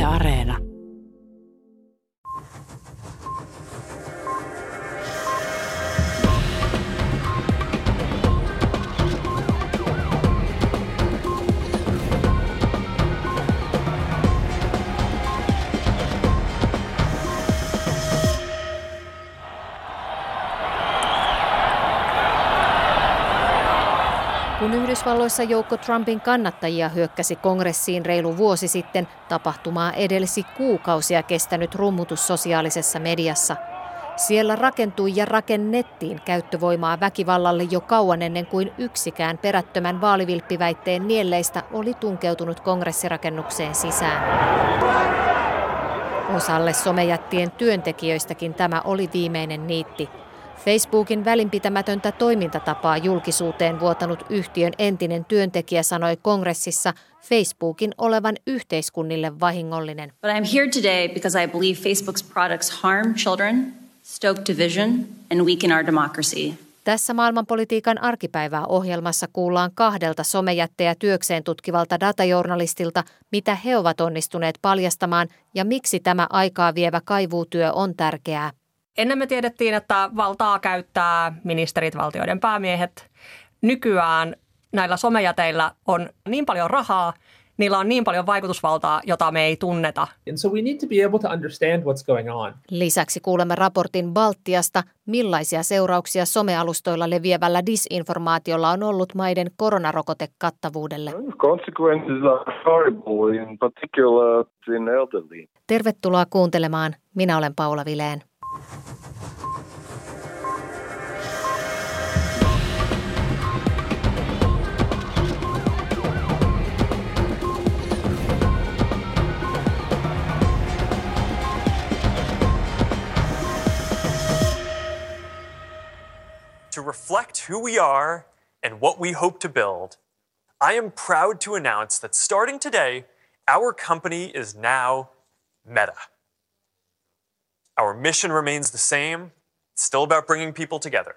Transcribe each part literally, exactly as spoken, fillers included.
Areena. Kun Yhdysvalloissa joukko Trumpin kannattajia hyökkäsi kongressiin reilu vuosi sitten, tapahtumaa edelsi kuukausia kestänyt rummutus sosiaalisessa mediassa. Siellä rakentui ja rakennettiin käyttövoimaa väkivallalle jo kauan ennen kuin yksikään perättömän vaalivilppiväitteen nielleistä oli tunkeutunut kongressirakennukseen sisään. Osalle somejättien työntekijöistäkin tämä oli viimeinen niitti. Facebookin välinpitämätöntä toimintatapaa julkisuuteen vuotanut yhtiön entinen työntekijä sanoi kongressissa Facebookin olevan yhteiskunnille vahingollinen. But I'm here today because I believe Facebook's products harm children, stoke division and weaken our democracy. Tässä maailmanpolitiikan arkipäivää ohjelmassa kuullaan kahdelta somejättejä työkseen tutkivalta datajournalistilta, mitä he ovat onnistuneet paljastamaan ja miksi tämä aikaa vievä kaivuutyö on tärkeää. Ennen me tiedettiin, että valtaa käyttää ministerit, valtioiden päämiehet. Nykyään näillä somejäteillä on niin paljon rahaa, niillä on niin paljon vaikutusvaltaa, jota me ei tunneta. And so we need to be able to understand what's going on. Lisäksi kuulemme raportin Baltiasta, millaisia seurauksia somealustoilla leviävällä disinformaatiolla on ollut maiden koronarokotekattavuudelle. Consequences are horrible, in particular in elderly. Tervetuloa kuuntelemaan. Minä olen Paula Vileen. To reflect who we are and what we hope to build, I am proud to announce that starting today, our company is now Meta. Our mission remains the same. It's still about bringing people together.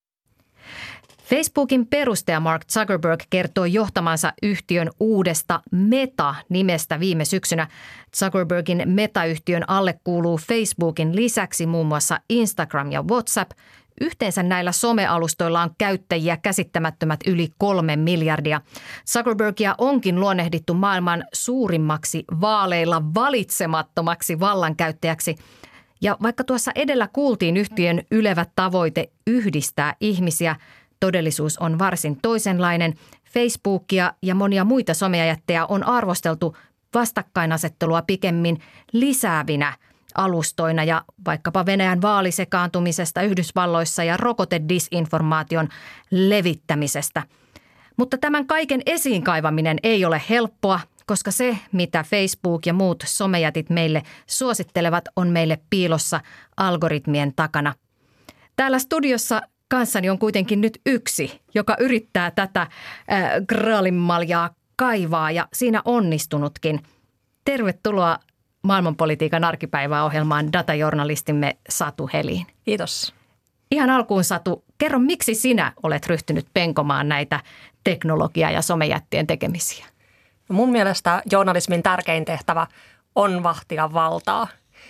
Facebookin perustaja Mark Zuckerberg kertoi johtamansa yhtiön uudesta Meta-nimestä viime syksynä. Zuckerbergin Meta-yhtiön alle kuuluu Facebookin lisäksi muun muassa Instagram ja WhatsApp. Yhteensä näillä somealustoilla on käyttäjiä käsittämättömät yli kolme miljardia. Zuckerbergia onkin luonnehdittu maailman suurimmaksi vaaleilla valitsemattomaksi vallankäyttäjäksi. Ja vaikka tuossa edellä kuultiin yhtiön ylevä tavoite yhdistää ihmisiä, todellisuus on varsin toisenlainen. Facebookia ja monia muita somejättejä on arvosteltu vastakkainasettelua pikemmin lisäävinä alustoina ja vaikkapa Venäjän vaalisekaantumisesta Yhdysvalloissa ja rokotedisinformaation levittämisestä. Mutta tämän kaiken esiin kaivaminen ei ole helppoa, koska se, mitä Facebook ja muut somejätit meille suosittelevat, on meille piilossa algoritmien takana. Täällä studiossa kanssani on kuitenkin nyt yksi, joka yrittää tätä äh, graalinmaljaa kaivaa ja siinä onnistunutkin. Tervetuloa maailmanpolitiikan arkipäivää ohjelmaan datajournalistimme Satu Helin. Kiitos. Ihan alkuun Satu, kerro miksi sinä olet ryhtynyt penkomaan näitä teknologia- ja somejättien tekemisiä? Mun mielestä journalismin tärkein tehtävä on vahtia valtaa.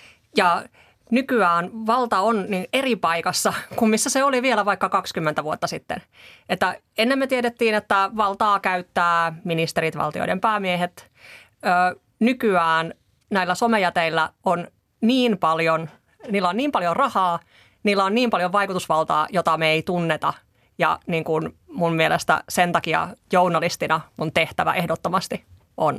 Ja nykyään valta on niin eri paikassa kuin missä se oli vielä vaikka kaksikymmentä vuotta sitten. Että ennen me tiedettiin, että valtaa käyttää ministerit, valtioiden päämiehet. Ö, nykyään näillä somejäteillä on niin paljon, niillä on niin paljon rahaa, niillä on niin paljon vaikutusvaltaa, jota me ei tunneta. Ja niin kuin mun mielestä sen takia journalistina mun tehtävä ehdottomasti on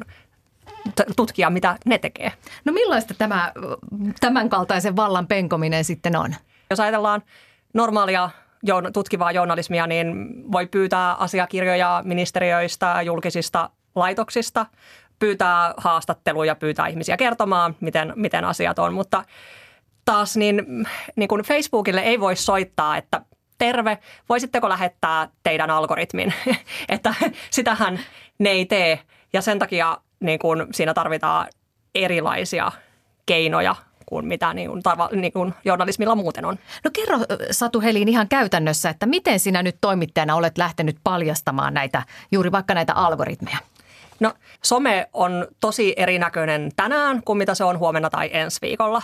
tutkia, mitä ne tekee. No millaista tämä tämän kaltaisen vallan penkominen sitten on? Jos ajatellaan normaalia tutkivaa journalismia, niin voi pyytää asiakirjoja ministeriöistä, julkisista laitoksista, pyytää haastatteluja, pyytää ihmisiä kertomaan, miten, miten asiat on. Mutta taas niin, niin kuin Facebookille ei voi soittaa, että terve, voisitteko lähettää teidän algoritmin, että sitähän ne ei tee ja sen takia niin kuin siinä tarvitaan erilaisia keinoja kuin mitä niin kuin, tarva, niin kuin journalismilla muuten on. No kerro Satu Helin ihan käytännössä, että miten sinä nyt toimittajana olet lähtenyt paljastamaan näitä, juuri vaikka näitä algoritmeja? No, some on tosi erinäköinen tänään kuin mitä se on huomenna tai ensi viikolla.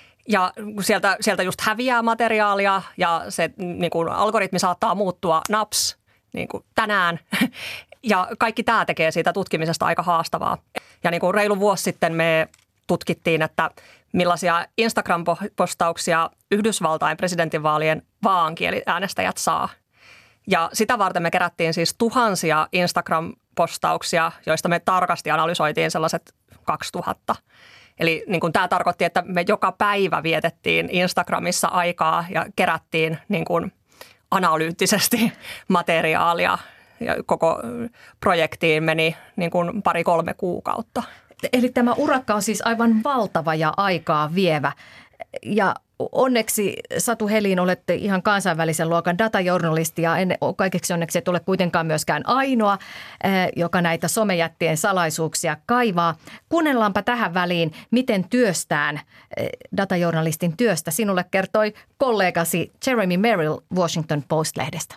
Ja sieltä, sieltä just häviää materiaalia ja se niin kuin algoritmi saattaa muuttua naps niin kuin tänään. Ja kaikki tämä tekee siitä tutkimisesta aika haastavaa. Ja niin kuin reilu vuosi sitten me tutkittiin, että millaisia Instagram-postauksia Yhdysvaltain presidentinvaalien vaankieliäänestäjät saa. Ja sitä varten me kerättiin siis tuhansia Instagram-postauksia, joista me tarkasti analysoitiin sellaiset kaksituhatta. Eli niin kuin tämä tarkoitti, että me joka päivä vietettiin Instagramissa aikaa ja kerättiin niin kuin analyyttisesti materiaalia. Ja koko projektiin meni niin kuin pari-kolme kuukautta. Eli tämä urakka on siis aivan valtava ja aikaa vievä. Ja onneksi, Satu Helin, olette ihan kansainvälisen luokan datajournalisti ja en, kaikeksi onneksi et ole kuitenkaan myöskään ainoa, joka näitä somejättien salaisuuksia kaivaa. Kuunnellaanpa tähän väliin, miten työstään, datajournalistin työstä sinulle kertoi kollegasi Jeremy Merrill Washington Post-lehdestä.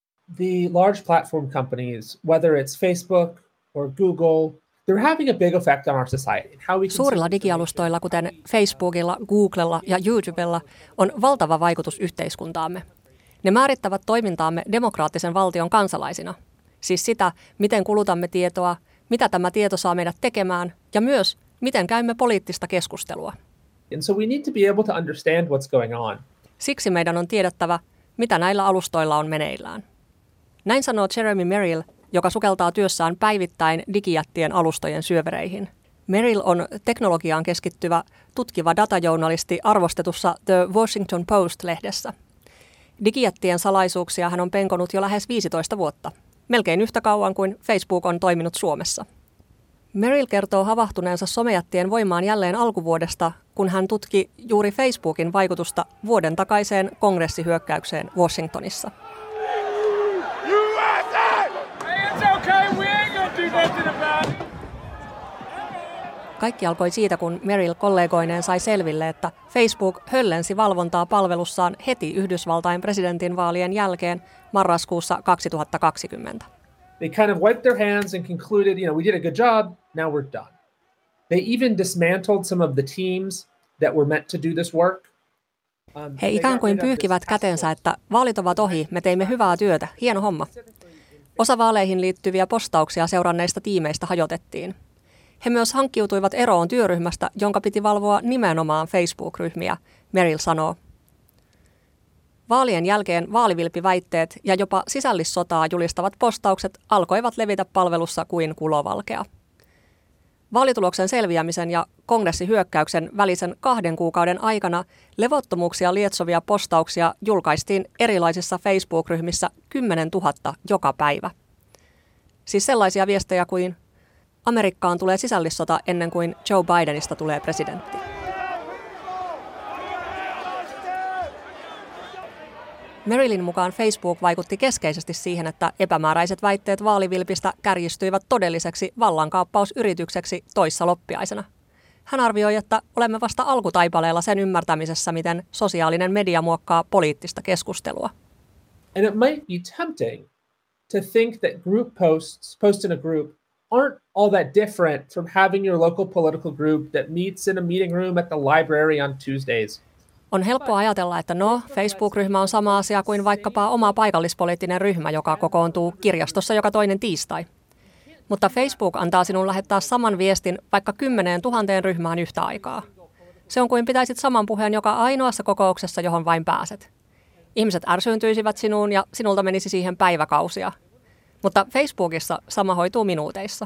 The large platform companies, whether it's Facebook or Google, they're having a big effect on our society. How we Suurilla digialustoilla, kuten Facebookilla, Googlella ja YouTubella, on valtava vaikutus yhteiskuntaamme. Ne määrittävät toimintaamme demokraattisen valtion kansalaisina. Siis sitä, miten kulutamme tietoa, mitä tämä tieto saa meidät tekemään ja myös, miten käymme poliittista keskustelua. And so we need to be able to understand what's going on. Siksi meidän on tiedettävä, mitä näillä alustoilla on meneillään. Näin sanoo Jeremy Merrill, joka sukeltaa työssään päivittäin digijättien alustojen syövereihin. Merrill on teknologiaan keskittyvä tutkiva datajournalisti arvostetussa The Washington Post-lehdessä. Digijättien salaisuuksia hän on penkonut jo lähes viisitoista vuotta, melkein yhtä kauan kuin Facebook on toiminut Suomessa. Merrill kertoo havahtuneensa somejättien voimaan jälleen alkuvuodesta, kun hän tutki juuri Facebookin vaikutusta vuoden takaiseen kongressihyökkäykseen Washingtonissa. Kaikki alkoi siitä, kun Merrill kollegoineen sai selville, että Facebook höllensi valvontaa palvelussaan heti Yhdysvaltain presidentinvaalien jälkeen marraskuussa kaksituhattakaksikymmentä. They kind of wiped their hands and concluded, you know, we did a good job, now we're done. They even dismantled some of the teams that were meant to do this work. Um, He ikään kuin pyyhkivät kätensä, että vaalit ovat ohi, me teimme hyvää työtä, hieno homma. Osa vaaleihin liittyviä postauksia seuranneista tiimeistä hajotettiin. He myös hankkiutuivat eroon työryhmästä, jonka piti valvoa nimenomaan Facebook-ryhmiä, Merrill sanoo. Vaalien jälkeen vaalivilppiväitteet ja jopa sisällissotaa julistavat postaukset alkoivat levitä palvelussa kuin kulovalkea. Vaalituloksen selviämisen ja kongressihyökkäyksen välisen kahden kuukauden aikana levottomuuksia lietsovia postauksia julkaistiin erilaisissa Facebook-ryhmissä kymmenen tuhatta joka päivä. Siis sellaisia viestejä kuin Amerikkaan tulee sisällissota ennen kuin Joe Bidenista tulee presidentti. Merrillin mukaan Facebook vaikutti keskeisesti siihen, että epämääräiset väitteet vaalivilpistä kärjistyivät todelliseksi vallankaappausyritykseksi toissa loppiaisena. Hän arvioi, että olemme vasta alkutaipaleella sen ymmärtämisessä, miten sosiaalinen media muokkaa poliittista keskustelua. And it might be tempting to think that group posts, posts in a group, aren't all that different from having your local political group that meets in a meeting room at the library on Tuesdays. On helppo ajatella, että no, Facebook-ryhmä on sama asia kuin vaikkapa oma paikallispoliittinen ryhmä, joka kokoontuu kirjastossa joka toinen tiistai. Mutta Facebook antaa sinun lähettää saman viestin vaikka kymmeneen tuhanteen ryhmään yhtä aikaa. Se on kuin pitäisit saman puheen joka ainoassa kokouksessa, johon vain pääset. Ihmiset ärsyyntyisivät sinuun ja sinulta menisi siihen päiväkausia. Mutta Facebookissa sama hoituu minuuteissa.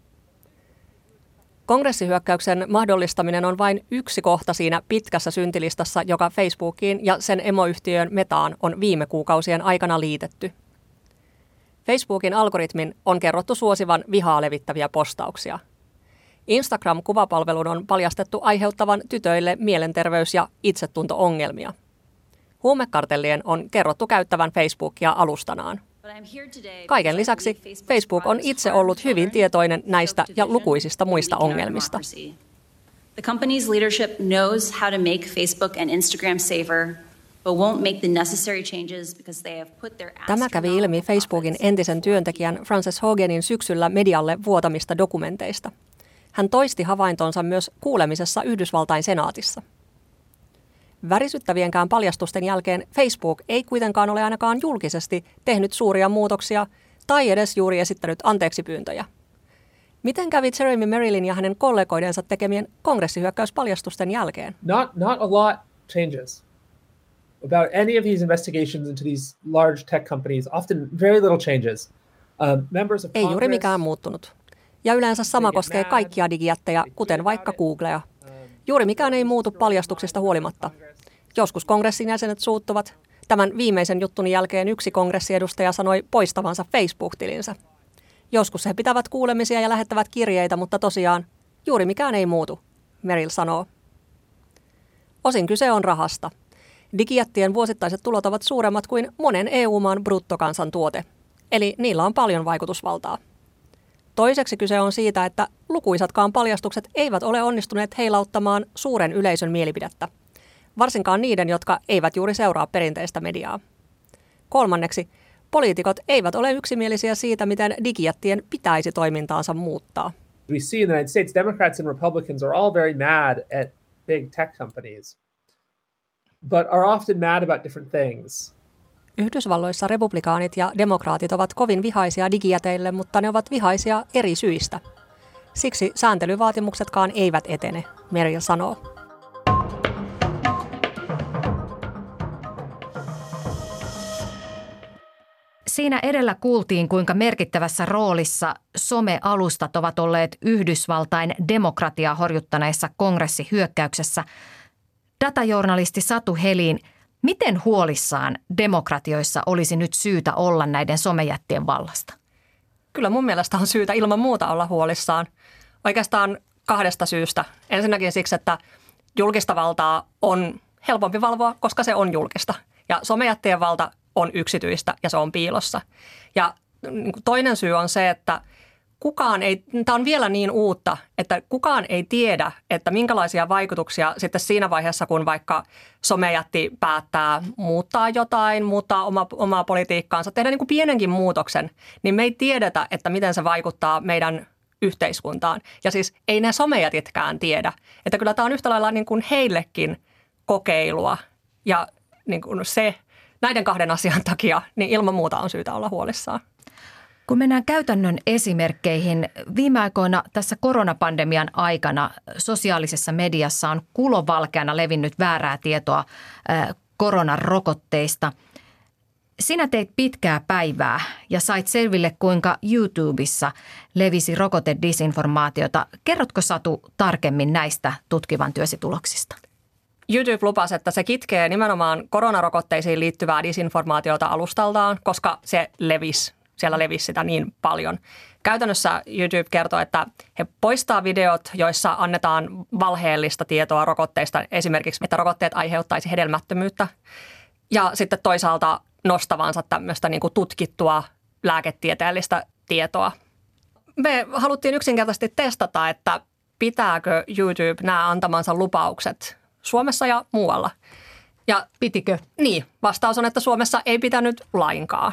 Kongressihyökkäyksen mahdollistaminen on vain yksi kohta siinä pitkässä syntilistassa, joka Facebookiin ja sen emoyhtiöön Metaan on viime kuukausien aikana liitetty. Facebookin algoritmin on kerrottu suosivan vihaa levittäviä postauksia. Instagram-kuvapalvelun on paljastettu aiheuttavan tytöille mielenterveys- ja itsetunto-ongelmia. Huumekartellien on kerrottu käyttävän Facebookia alustanaan. Kaiken lisäksi Facebook on itse ollut hyvin tietoinen näistä ja lukuisista muista ongelmista. The company's leadership knows how to make Facebook and Instagram safer but won't make the necessary changes because they have put their Tämä kävi ilmi Facebookin entisen työntekijän Frances Haugenin syksyllä medialle vuotamista dokumenteista. Hän toisti havaintonsa myös kuulemisessa Yhdysvaltain senaatissa. Värisyttävienkään paljastusten jälkeen Facebook ei kuitenkaan ole ainakaan julkisesti tehnyt suuria muutoksia tai edes juuri esittänyt anteeksipyyntöjä. Miten kävi Jeremy Merrillin ja hänen kollegoidensa tekemien kongressihyökkäyspaljastusten jälkeen? Not, not a lot changes about any of these investigations into these large tech companies. Often very little changes. Um, members of ei juuri Congress, mikään muuttunut. Ja yleensä sama koskee kaikkia digijättejä, kuten vaikka Googlea. Juuri mikään ei muutu paljastuksista huolimatta. Joskus kongressin jäsenet suuttuvat. Tämän viimeisen juttun jälkeen yksi kongressiedustaja sanoi poistavansa Facebook-tilinsä. Joskus he pitävät kuulemisia ja lähettävät kirjeitä, mutta tosiaan juuri mikään ei muutu, Merrill sanoo. Osin kyse on rahasta. Digijättien vuosittaiset tulot ovat suuremmat kuin monen E U-maan bruttokansantuote, eli niillä on paljon vaikutusvaltaa. Toiseksi kyse on siitä, että lukuisatkaan paljastukset eivät ole onnistuneet heilauttamaan suuren yleisön mielipidettä, varsinkaan niiden, jotka eivät juuri seuraa perinteistä mediaa. Kolmanneksi, poliitikot eivät ole yksimielisiä siitä, miten digijättien pitäisi toimintaansa muuttaa. We see in the United States, Democrats and Republicans are all very mad at big tech companies, but are often mad about different things. Yhdysvalloissa republikaanit ja demokraatit ovat kovin vihaisia digijäteille, mutta ne ovat vihaisia eri syistä. Siksi sääntelyvaatimuksetkaan eivät etene, Merrill sanoo. Siinä edellä kuultiin, kuinka merkittävässä roolissa some-alustat ovat olleet Yhdysvaltain demokratiaa horjuttaneessa kongressihyökkäyksessä. Datajournalisti Satu Helin, miten huolissaan demokratioissa olisi nyt syytä olla näiden somejättien vallasta? Kyllä mun mielestä on syytä ilman muuta olla huolissaan. Oikeastaan kahdesta syystä. Ensinnäkin siksi, että julkista valtaa on helpompi valvoa, koska se on julkista. Ja somejättien valta on yksityistä ja se on piilossa. Ja toinen syy on se, että kukaan ei, tämä on vielä niin uutta, että kukaan ei tiedä, että minkälaisia vaikutuksia sitten siinä vaiheessa, kun vaikka somejätti päättää muuttaa jotain, muuttaa oma, omaa politiikkaansa, tehdä niin kuin pienenkin muutoksen, niin me ei tiedetä, että miten se vaikuttaa meidän yhteiskuntaan. Ja siis ei ne somejätitkään tiedä, että kyllä tämä on yhtä lailla niin kuin heillekin kokeilua ja niin kuin se, näiden kahden asian takia, niin ilman muuta on syytä olla huolissaan. Kun mennään käytännön esimerkkeihin, viime aikoina tässä koronapandemian aikana sosiaalisessa mediassa on kulovalkeana levinnyt väärää tietoa koronarokotteista. Sinä teit pitkää päivää ja sait selville, kuinka YouTubessa levisi rokotedisinformaatiota. Kerrotko Satu tarkemmin näistä tutkivan työsi tuloksista? YouTube lupasi, että se kitkee nimenomaan koronarokotteisiin liittyvää disinformaatiota alustaltaan, koska se levisi. Siellä levisi sitä niin paljon. Käytännössä YouTube kertoo, että he poistaa videot, joissa annetaan valheellista tietoa rokotteista. Esimerkiksi, että rokotteet aiheuttaisi hedelmättömyyttä. Ja sitten toisaalta nostavansa tämmöistä niin kuin tutkittua lääketieteellistä tietoa. Me haluttiin yksinkertaisesti testata, että pitääkö YouTube nämä antamansa lupaukset Suomessa ja muualla. Ja pitikö? Niin, vastaus on, että Suomessa ei pitänyt lainkaan.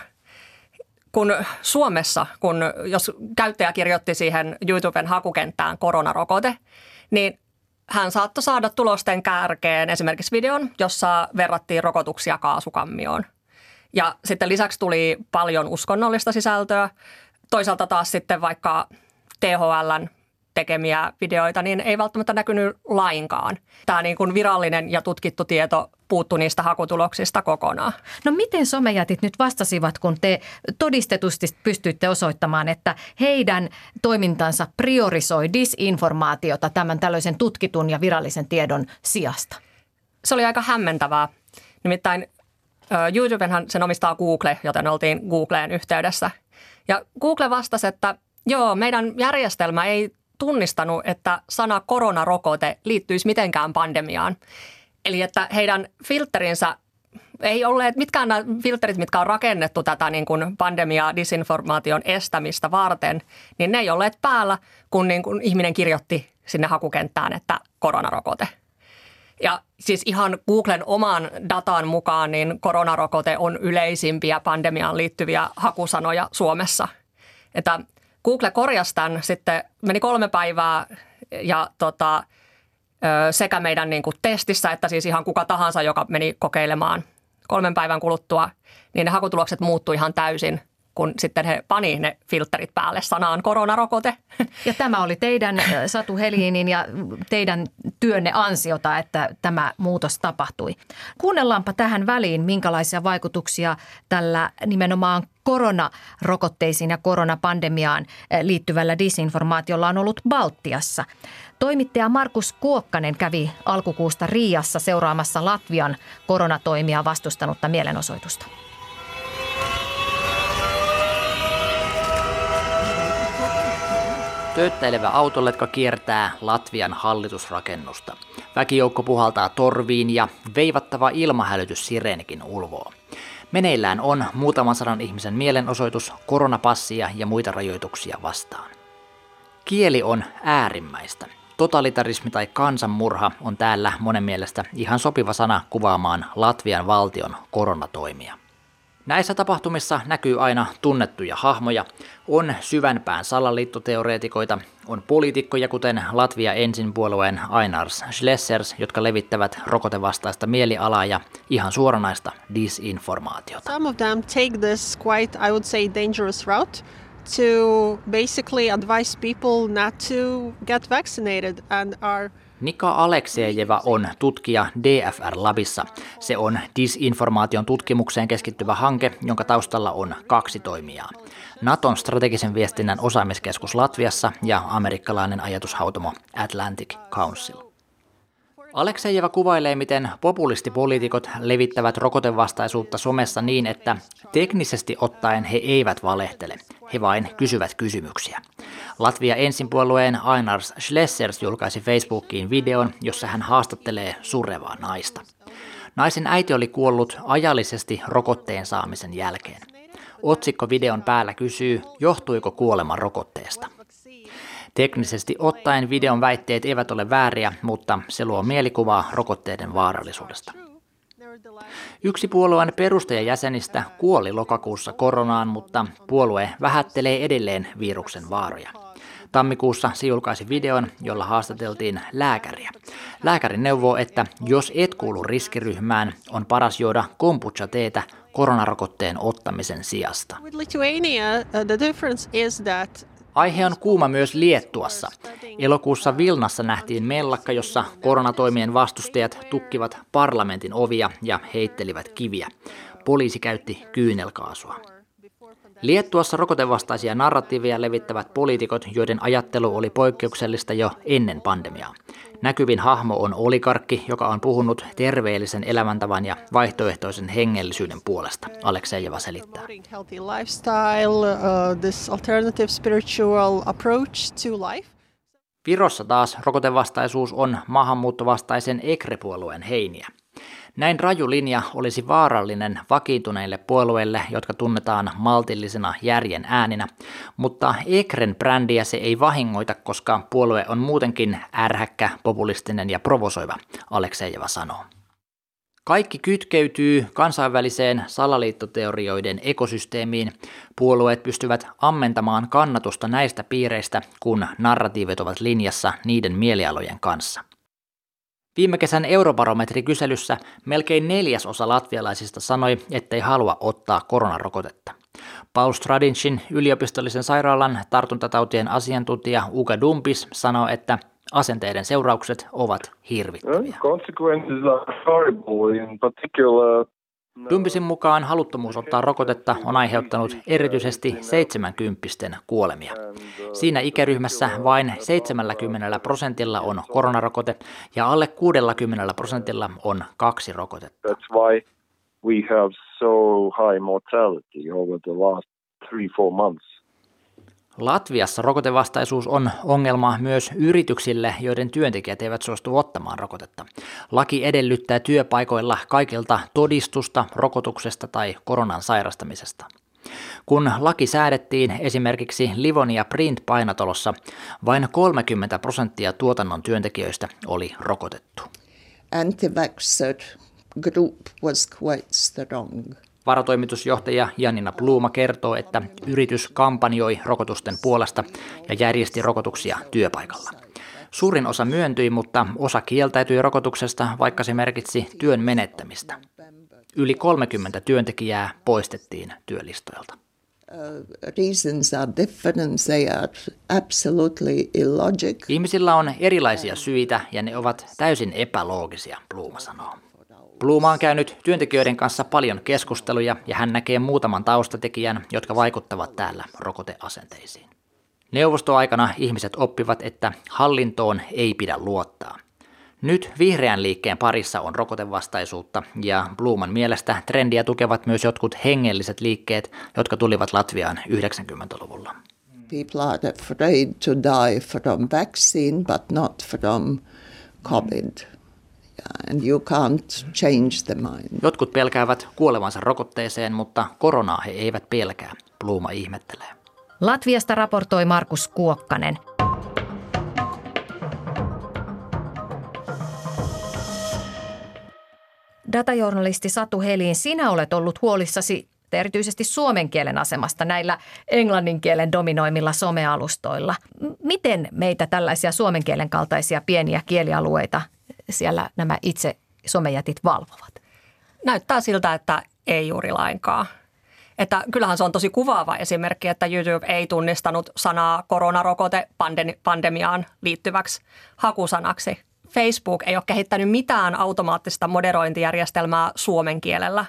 Kun Suomessa, kun jos käyttäjä kirjoitti siihen YouTuben hakukenttään koronarokote, niin hän saattoi saada tulosten kärkeen esimerkiksi videon, jossa verrattiin rokotuksia kaasukammioon. Ja sitten lisäksi tuli paljon uskonnollista sisältöä. Toisaalta taas sitten vaikka T H L:n tekemiä videoita, niin ei välttämättä näkynyt lainkaan. Tämä niin kuin virallinen ja tutkittu tieto puuttui niistä hakutuloksista kokonaan. No miten somejätit nyt vastasivat, kun te todistetusti pystyitte osoittamaan, että heidän toimintansa priorisoi disinformaatiota tämän tällaisen tutkitun ja virallisen tiedon sijasta? Se oli aika hämmentävää. Nimittäin YouTubenhan sen omistaa Google, joten oltiin Googleen yhteydessä. Ja Google vastasi, että joo, meidän järjestelmä ei tunnistanut, että sana koronarokote liittyisi mitenkään pandemiaan. Eli että heidän filterinsä ei olleet mitkään nämä filterit, mitkä on rakennettu tätä niin kuin pandemia disinformaation estämistä varten, niin ne ei olleet päällä, kun niin kuin ihminen kirjoitti sinne hakukenttään, että koronarokote. Ja siis ihan Googlen oman datan mukaan niin koronarokote on yleisimpiä pandemiaan liittyviä hakusanoja Suomessa. Että Google korjasi tämän, sitten meni kolme päivää ja tota, sekä meidän niin kuin testissä että siis ihan kuka tahansa, joka meni kokeilemaan kolmen päivän kuluttua, niin ne hakutulokset muuttui ihan täysin, kun sitten he pani ne filterit päälle sanaan koronarokote. Ja tämä oli teidän, Satu Helinin, ja teidän työnne ansiota, että tämä muutos tapahtui. Kuunnellaanpa tähän väliin, minkälaisia vaikutuksia tällä nimenomaan koronarokotteisiin ja koronapandemiaan liittyvällä disinformaatiolla on ollut Baltiassa. Toimittaja Markus Kuokkanen kävi alkukuusta Riiassa seuraamassa Latvian koronatoimia vastustanutta mielenosoitusta. Tööttäilevä autoletka kiertää Latvian hallitusrakennusta. Väkijoukko puhaltaa torviin ja veivattava ilmahälytyssireenikin ulvoo. Meneillään on muutaman sadan ihmisen mielenosoitus koronapassia ja muita rajoituksia vastaan. Kieli on äärimmäistä. Totalitarismi tai kansanmurha on täällä monen mielestä ihan sopiva sana kuvaamaan Latvian valtion koronatoimia. Näissä tapahtumissa näkyy aina tunnettuja hahmoja, on syvänpään salaliittoteoreetikoita, on poliitikkoja kuten Latvia ensin puolueen Ainars Šlesers, jotka levittävät rokotevastaista mielialaa ja ihan suoranaista disinformaatiota. Some of them take this quite, I would say, dangerous route to basically advise people not to get vaccinated and are Nika Aleksejeva on tutkija D F R-labissa. Se on disinformaation tutkimukseen keskittyvä hanke, jonka taustalla on kaksi toimijaa. Naton strategisen viestinnän osaamiskeskus Latviassa ja amerikkalainen ajatushautomo Atlantic Council. Aleksejeva kuvailee, miten populistipoliitikot levittävät rokotevastaisuutta somessa niin, että teknisesti ottaen he eivät valehtele. He vain kysyvät kysymyksiä. Latvia ensin puolueen Ainars Šlesers julkaisi Facebookiin videon, jossa hän haastattelee surevaa naista. Naisen äiti oli kuollut ajallisesti rokotteen saamisen jälkeen. Otsikko videon päällä kysyy, johtuiko kuolema rokotteesta. Teknisesti ottaen videon väitteet eivät ole vääriä, mutta se luo mielikuvaa rokotteiden vaarallisuudesta. Yksi puolueen perustajajäsenistä kuoli lokakuussa koronaan, mutta puolue vähättelee edelleen viruksen vaaroja. Tammikuussa se julkaisi videon, jolla haastateltiin lääkäriä. Lääkäri neuvoo, että jos et kuulu riskiryhmään, on paras juoda kombucha-teetä koronarokotteen ottamisen sijasta. Aihe on kuuma myös Liettuassa. Elokuussa Vilnassa nähtiin mellakka, jossa koronatoimien vastustajat tukkivat parlamentin ovia ja heittelivät kiviä. Poliisi käytti kyynelkaasua. Liettuassa rokotevastaisia narratiiveja levittävät poliitikot, joiden ajattelu oli poikkeuksellista jo ennen pandemiaa. Näkyvin hahmo on oligarkki, joka on puhunut terveellisen elämäntavan ja vaihtoehtoisen hengellisyyden puolesta, Aleksejeva selittää. Virossa taas rokotevastaisuus on maahanmuuttovastaisen E C R E-puolueen heiniä. Näin raju linja olisi vaarallinen vakiintuneille puolueille, jotka tunnetaan maltillisena järjen ääninä, mutta E C R E:n brändiä se ei vahingoita, koska puolue on muutenkin ärhäkkä, populistinen ja provosoiva, Aleksejeva sanoo. Kaikki kytkeytyy kansainväliseen salaliittoteorioiden ekosysteemiin. Puolueet pystyvät ammentamaan kannatusta näistä piireistä, kun narratiivit ovat linjassa niiden mielialojen kanssa. Viime kesän Eurobarometri-kyselyssä melkein neljäsosa latvialaisista sanoi, ettei halua ottaa koronarokotetta. Paul Stradincin yliopistollisen sairaalan tartuntatautien asiantuntija Uga Dumpis sanoi, että asenteiden seuraukset ovat hirvittäviä. Dumpisin mukaan haluttomuus ottaa rokotetta on aiheuttanut erityisesti seitsemänkymppisten kuolemia. Siinä ikäryhmässä vain seitsemänkymmentä prosentilla on koronarokote ja alle kuusikymmentä prosentilla on kaksi rokotetta. That's why we have so high mortality over the last three, four months. Latviassa rokotevastaisuus on ongelma myös yrityksille, joiden työntekijät eivät suostu ottamaan rokotetta. Laki edellyttää työpaikoilla kaikilta todistusta rokotuksesta tai koronan sairastamisesta. Kun laki säädettiin esimerkiksi Livonia Print-painatalossa, vain kolmekymmentä prosenttia tuotannon työntekijöistä oli rokotettu. anti-vaxxer group was quite strong. Varatoimitusjohtaja Janina Bluma kertoo, että yritys kampanjoi rokotusten puolesta ja järjesti rokotuksia työpaikalla. Suurin osa myöntyi, mutta osa kieltäytyi rokotuksesta, vaikka se merkitsi työn menettämistä. Yli kolmekymmentä työntekijää poistettiin työlistoilta. Reasons are different, they are absolutely illogical. Ihmisillä on erilaisia syitä ja ne ovat täysin epäloogisia, Bluma sanoo. Bluma on käynyt työntekijöiden kanssa paljon keskusteluja ja hän näkee muutaman taustatekijän, jotka vaikuttavat täällä rokoteasenteisiin. Neuvostoaikana ihmiset oppivat, että hallintoon ei pidä luottaa. Nyt vihreän liikkeen parissa on rokotevastaisuutta ja Bluman mielestä trendiä tukevat myös jotkut hengelliset liikkeet, jotka tulivat Latviaan yhdeksänkymmentäluvulla. People are afraid to die from vaccine, but not from COVID. And you can't change the mind. Jotkut pelkäävät kuolevansa rokotteeseen, mutta koronaa he eivät pelkää, Bluma ihmettelee. Latviasta raportoi Markus Kuokkanen. Datajournalisti Satu Helin, sinä olet ollut huolissasi erityisesti suomen kielen asemasta näillä englannin kielen dominoimilla somealustoilla. Miten meitä tällaisia suomen kielen kaltaisia pieniä kielialueita siellä nämä itse somejätit valvovat? Näyttää siltä, että ei juuri lainkaan. Että kyllähän se on tosi kuvaava esimerkki, että YouTube ei tunnistanut sanaa koronarokote pandemiaan liittyväksi hakusanaksi. Facebook ei ole kehittänyt mitään automaattista moderointijärjestelmää suomen kielellä.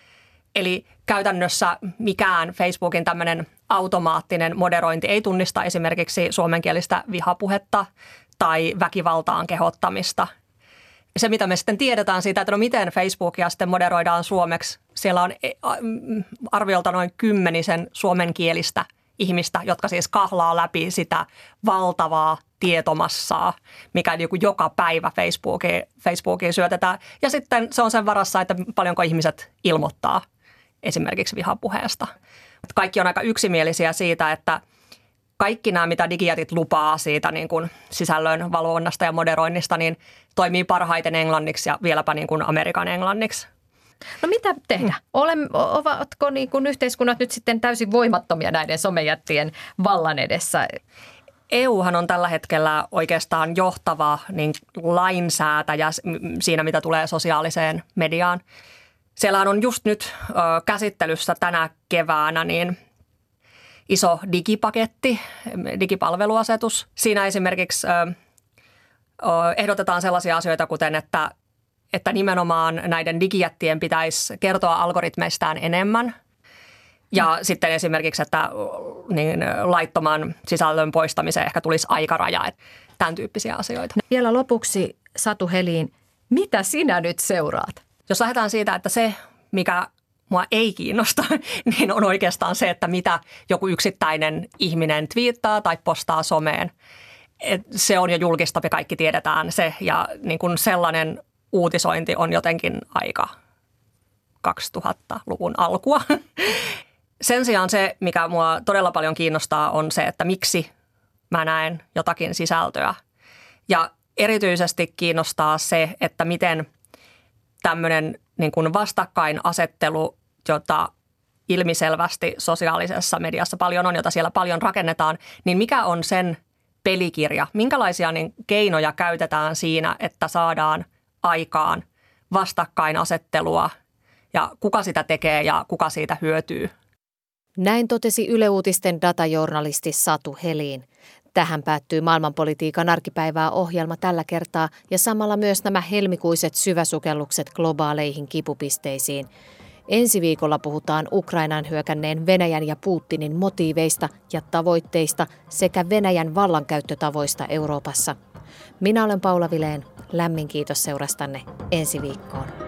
Eli käytännössä mikään Facebookin tämmöinen automaattinen moderointi ei tunnista esimerkiksi suomenkielistä vihapuhetta tai väkivaltaan kehottamista. Se, mitä me sitten tiedetään siitä, että no miten Facebookia sitten moderoidaan suomeksi, siellä on arviolta noin kymmenisen suomenkielistä ihmistä, jotka siis kahlaa läpi sitä valtavaa tietomassaa, mikä joka päivä Facebookiin, Facebookiin syötetään. Ja sitten se on sen varassa, että paljonko ihmiset ilmoittaa esimerkiksi vihapuheesta. Kaikki on aika yksimielisiä siitä, että kaikki nämä, mitä digijätit lupaa siitä niin kuin sisällön valvonnasta ja moderoinnista, niin toimii parhaiten englanniksi ja vieläpä niin kuin Amerikan englanniksi. No mitä tehdä? Ole, ovatko niin kuin yhteiskunnat nyt sitten täysin voimattomia näiden somejättien vallan edessä? E Uhan on tällä hetkellä oikeastaan johtava niin lainsäätäjä siinä, mitä tulee sosiaaliseen mediaan. Siellä on just nyt ö, käsittelyssä tänä keväänä niin iso digipaketti, digipalveluasetus. Siinä esimerkiksi ö, ö, ehdotetaan sellaisia asioita, kuten että, että nimenomaan näiden digijättien pitäisi kertoa algoritmeistaan enemmän. Ja mm. sitten esimerkiksi, että niin, laittoman sisällön poistamiseen ehkä tulisi aikaraja, että tämän tyyppisiä asioita. Vielä lopuksi Satu Helin, mitä sinä nyt seuraat? Jos lähdetään siitä, että se, mikä mua ei kiinnosta, niin on oikeastaan se, että mitä joku yksittäinen ihminen twiittaa tai postaa someen. Et se on jo julkista, me kaikki tiedetään se, ja niin kun sellainen uutisointi on jotenkin aika kaksituhattaluvun alkua. Sen sijaan se, mikä mua todella paljon kiinnostaa, on se, että miksi mä näen jotakin sisältöä. Ja erityisesti kiinnostaa se, että miten tämmöinen niin kuin vastakkainasettelu, jota ilmiselvästi sosiaalisessa mediassa paljon on, jota siellä paljon rakennetaan, niin mikä on sen pelikirja? Minkälaisia niin keinoja käytetään siinä, että saadaan aikaan vastakkainasettelua ja kuka sitä tekee ja kuka siitä hyötyy? Näin totesi Yle Uutisten datajournalisti Satu Helin. Tähän päättyy maailmanpolitiikan arkipäivää ohjelma tällä kertaa ja samalla myös nämä helmikuiset syväsukellukset globaaleihin kipupisteisiin. Ensi viikolla puhutaan Ukrainaan hyökänneen Venäjän ja Putinin motiiveista ja tavoitteista sekä Venäjän vallankäyttötavoista Euroopassa. Minä olen Paula Vilén. Lämmin kiitos seurastanne ensi viikkoon.